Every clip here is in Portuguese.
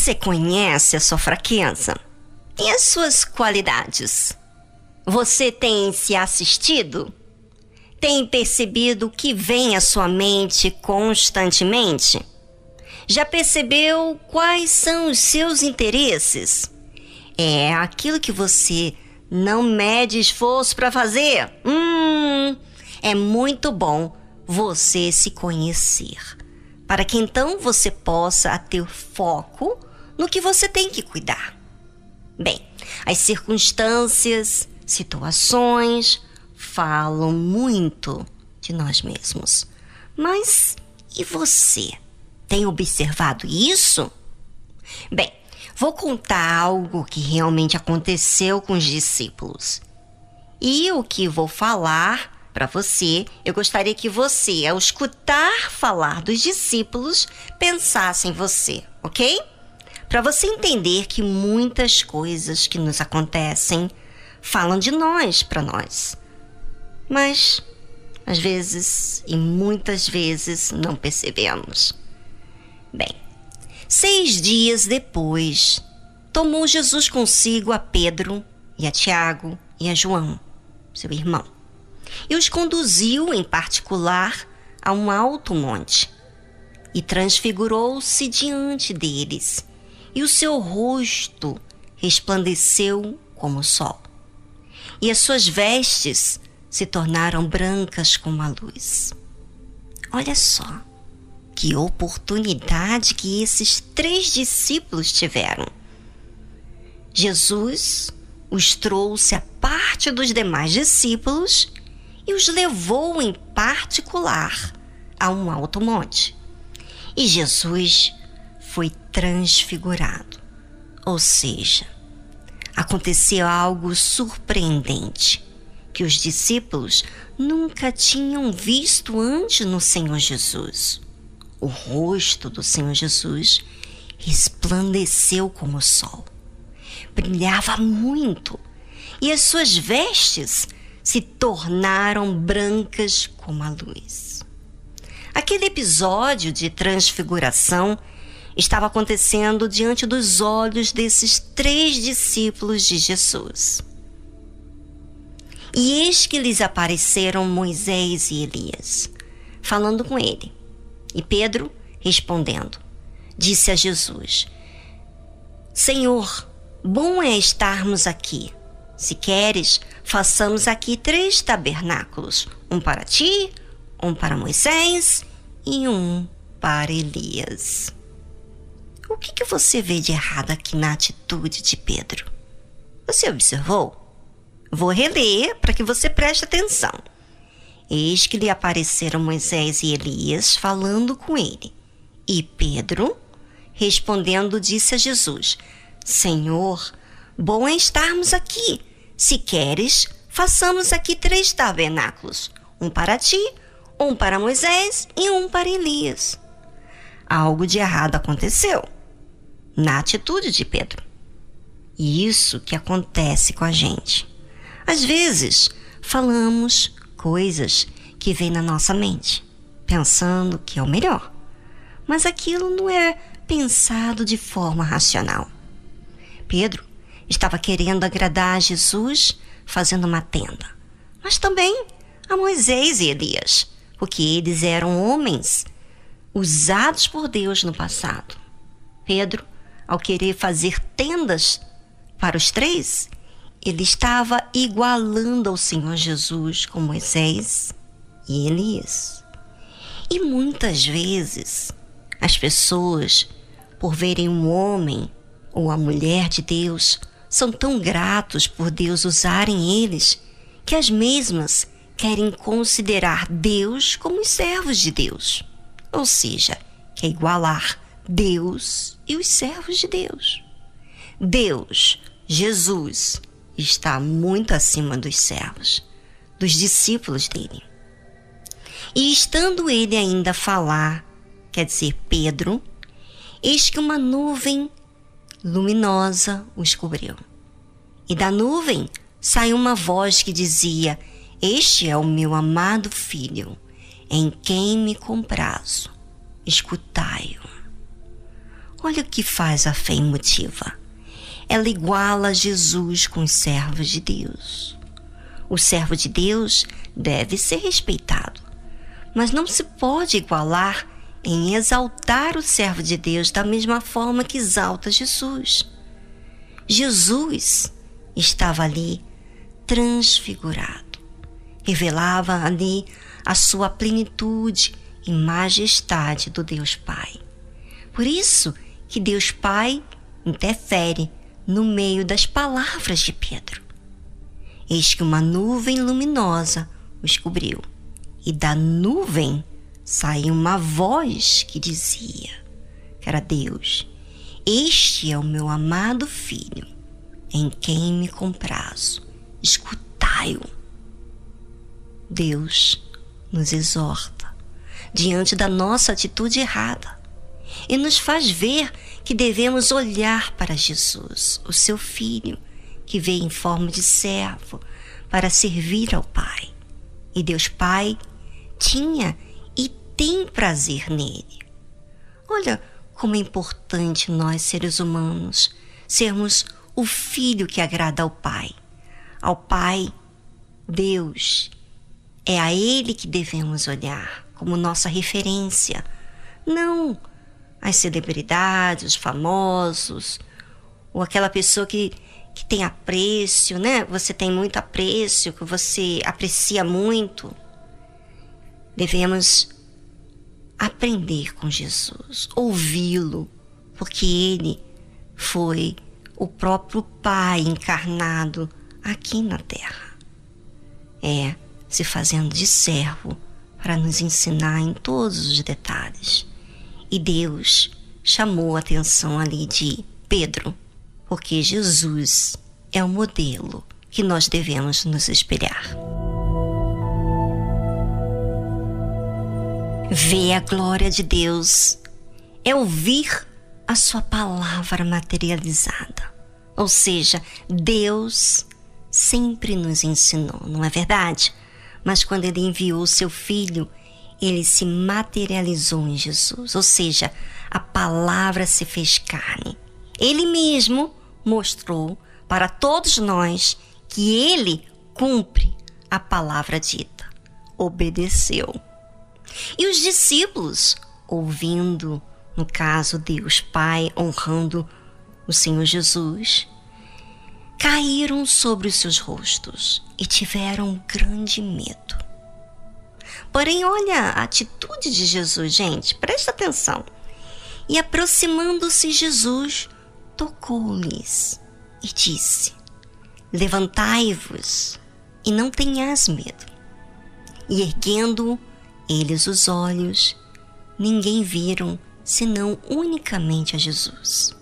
Você conhece a sua fraqueza e as suas qualidades? Você tem se assistido? Tem percebido o que vem à sua mente constantemente? Já percebeu quais são os seus interesses? É aquilo que você não mede esforço para fazer? É muito bom você se conhecer, para que então você possa ter foco no que você tem que cuidar. Bem, as circunstâncias, situações falam muito de nós mesmos. Mas e você? Tem observado isso? Bem, vou contar algo que realmente aconteceu com os discípulos. E o que vou falar para você, eu gostaria que você, ao escutar falar dos discípulos, pensasse em você, ok? Para você entender que muitas coisas que nos acontecem falam de nós para nós. Mas, às vezes, e muitas vezes, não percebemos. Bem, 6 dias depois, tomou Jesus consigo a Pedro e a Tiago e a João, seu irmão, e os conduziu em particular a um alto monte, e transfigurou-se diante deles, e o seu rosto resplandeceu como o sol, e as suas vestes se tornaram brancas como a luz. Olha só que oportunidade que esses 3 discípulos tiveram. Jesus os trouxe à parte dos demais discípulos e os levou em particular a um alto monte. E Jesus foi transfigurado. Ou seja, aconteceu algo surpreendente que os discípulos nunca tinham visto antes no Senhor Jesus. O rosto do Senhor Jesus resplandeceu como o sol. Brilhava muito e as suas vestes se tornaram brancas como a luz. Aquele episódio de transfiguração estava acontecendo diante dos olhos desses 3 discípulos de Jesus. E eis que lhes apareceram Moisés e Elias, falando com ele. E Pedro, respondendo, disse a Jesus: Senhor, bom é estarmos aqui. Se queres, façamos aqui 3 tabernáculos, um para ti, um para Moisés e um para Elias. O que você vê de errado aqui na atitude de Pedro? Você observou? Vou reler para que você preste atenção. Eis que lhe apareceram Moisés e Elias falando com ele. E Pedro, respondendo, disse a Jesus: Senhor, bom é estarmos aqui. Se queres, façamos aqui 3 tabernáculos, um para ti, um para Moisés e um para Elias. Algo de errado aconteceu na atitude de Pedro. E isso que acontece com a gente. Às vezes, falamos coisas que vêm na nossa mente, pensando que é o melhor. Mas aquilo não é pensado de forma racional. Pedro estava querendo agradar a Jesus fazendo uma tenda, mas também a Moisés e Elias, porque eles eram homens usados por Deus no passado. Pedro, ao querer fazer tendas para os 3, ele estava igualando ao Senhor Jesus com Moisés e Elias. E muitas vezes as pessoas, por verem um homem ou a mulher de Deus, são tão gratos por Deus usarem eles, que as mesmas querem considerar Deus como os servos de Deus. Ou seja, quer igualar Deus e os servos de Deus. Deus, Jesus, está muito acima dos servos, dos discípulos dele. E estando ele ainda a falar, quer dizer, Pedro, eis que uma nuvem luminosa os cobriu. E da nuvem saiu uma voz que dizia: Este é o meu amado filho, em quem me comprazo. Escutai-o. Olha o que faz a fé emotiva. Ela iguala Jesus com os servos de Deus. O servo de Deus deve ser respeitado, mas não se pode igualar em exaltar o servo de Deus da mesma forma que exalta Jesus. Jesus estava ali transfigurado, revelava ali a sua plenitude e majestade do Deus Pai. Por isso que Deus Pai interfere no meio das palavras de Pedro. Eis que uma nuvem luminosa os cobriu, e da nuvem saiu uma voz que dizia, que era Deus: este é o meu amado filho, em quem me comprazo, escutai-o. Deus nos exorta diante da nossa atitude errada e nos faz ver que devemos olhar para Jesus, o seu filho, que veio em forma de servo para servir ao Pai. E Deus Pai tinha e tem prazer nele. Olha como é importante nós, seres humanos, sermos o filho que agrada ao Pai. Ao Pai, Deus, é a Ele que devemos olhar como nossa referência, não as celebridades, os famosos, ou aquela pessoa que tem apreço, né? Você tem muito apreço, que você aprecia muito. Devemos aprender com Jesus, ouvi-lo, porque Ele foi o próprio Pai encarnado aqui na Terra. Se fazendo de servo para nos ensinar em todos os detalhes. E Deus chamou a atenção ali de Pedro, porque Jesus é o modelo que nós devemos nos espelhar. Ver a glória de Deus é ouvir a sua palavra materializada. Ou seja, Deus sempre nos ensinou, não é verdade? Mas quando Ele enviou o seu Filho, Ele se materializou em Jesus. Ou seja, a palavra se fez carne. Ele mesmo mostrou para todos nós que Ele cumpre a palavra dita. Obedeceu. E os discípulos, ouvindo, no caso Deus Pai, honrando o Senhor Jesus, caíram sobre os seus rostos e tiveram um grande medo. Porém, olha a atitude de Jesus, gente, presta atenção. E aproximando-se Jesus, tocou-lhes e disse: levantai-vos e não tenhais medo. E erguendo eles os olhos, ninguém viram senão unicamente a Jesus.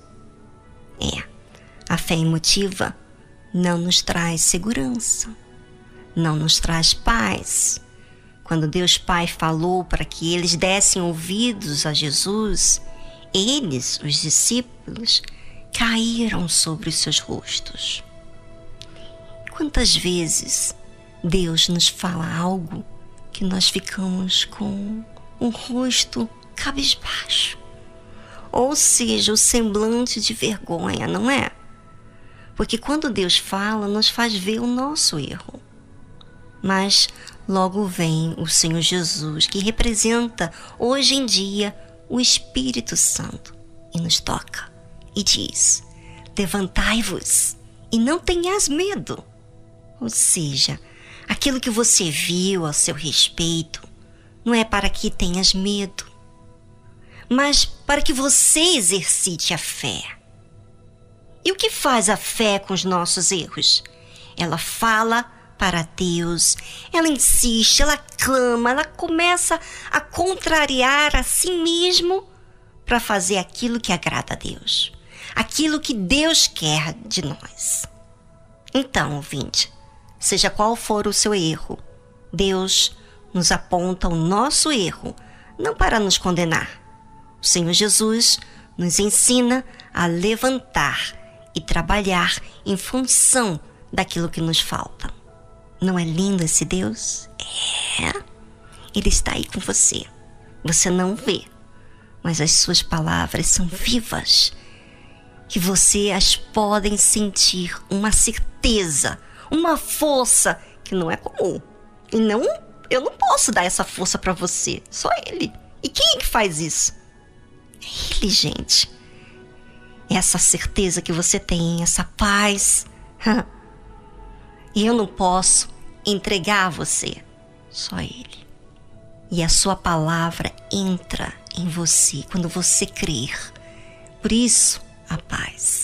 A fé emotiva não nos traz segurança, não nos traz paz. Quando Deus Pai falou para que eles dessem ouvidos a Jesus, eles, os discípulos, caíram sobre os seus rostos. Quantas vezes Deus nos fala algo que nós ficamos com um rosto cabisbaixo, ou seja, o semblante de vergonha, não é? Porque quando Deus fala, nos faz ver o nosso erro. Mas logo vem o Senhor Jesus, que representa hoje em dia o Espírito Santo, e nos toca e diz: levantai-vos e não tenhas medo. Ou seja, aquilo que você viu a seu respeito não é para que tenhas medo, mas para que você exercite a fé. E o que faz a fé com os nossos erros? Ela fala para Deus, ela insiste, ela clama, ela começa a contrariar a si mesmo para fazer aquilo que agrada a Deus, aquilo que Deus quer de nós. Então, ouvinte, seja qual for o seu erro, Deus nos aponta o nosso erro, não para nos condenar. O Senhor Jesus nos ensina a levantar e trabalhar em função daquilo que nos falta. Não é lindo esse Deus? Ele está aí com você. Você não vê, mas as suas palavras são vivas, que você as podem sentir uma certeza, uma força que não é comum. E eu não posso dar essa força para você, só Ele. E quem é que faz isso? É Ele, gente. Essa certeza que você tem, essa paz. E eu não posso entregar a você, só Ele. E a sua palavra entra em você quando você crer. Por isso, a paz.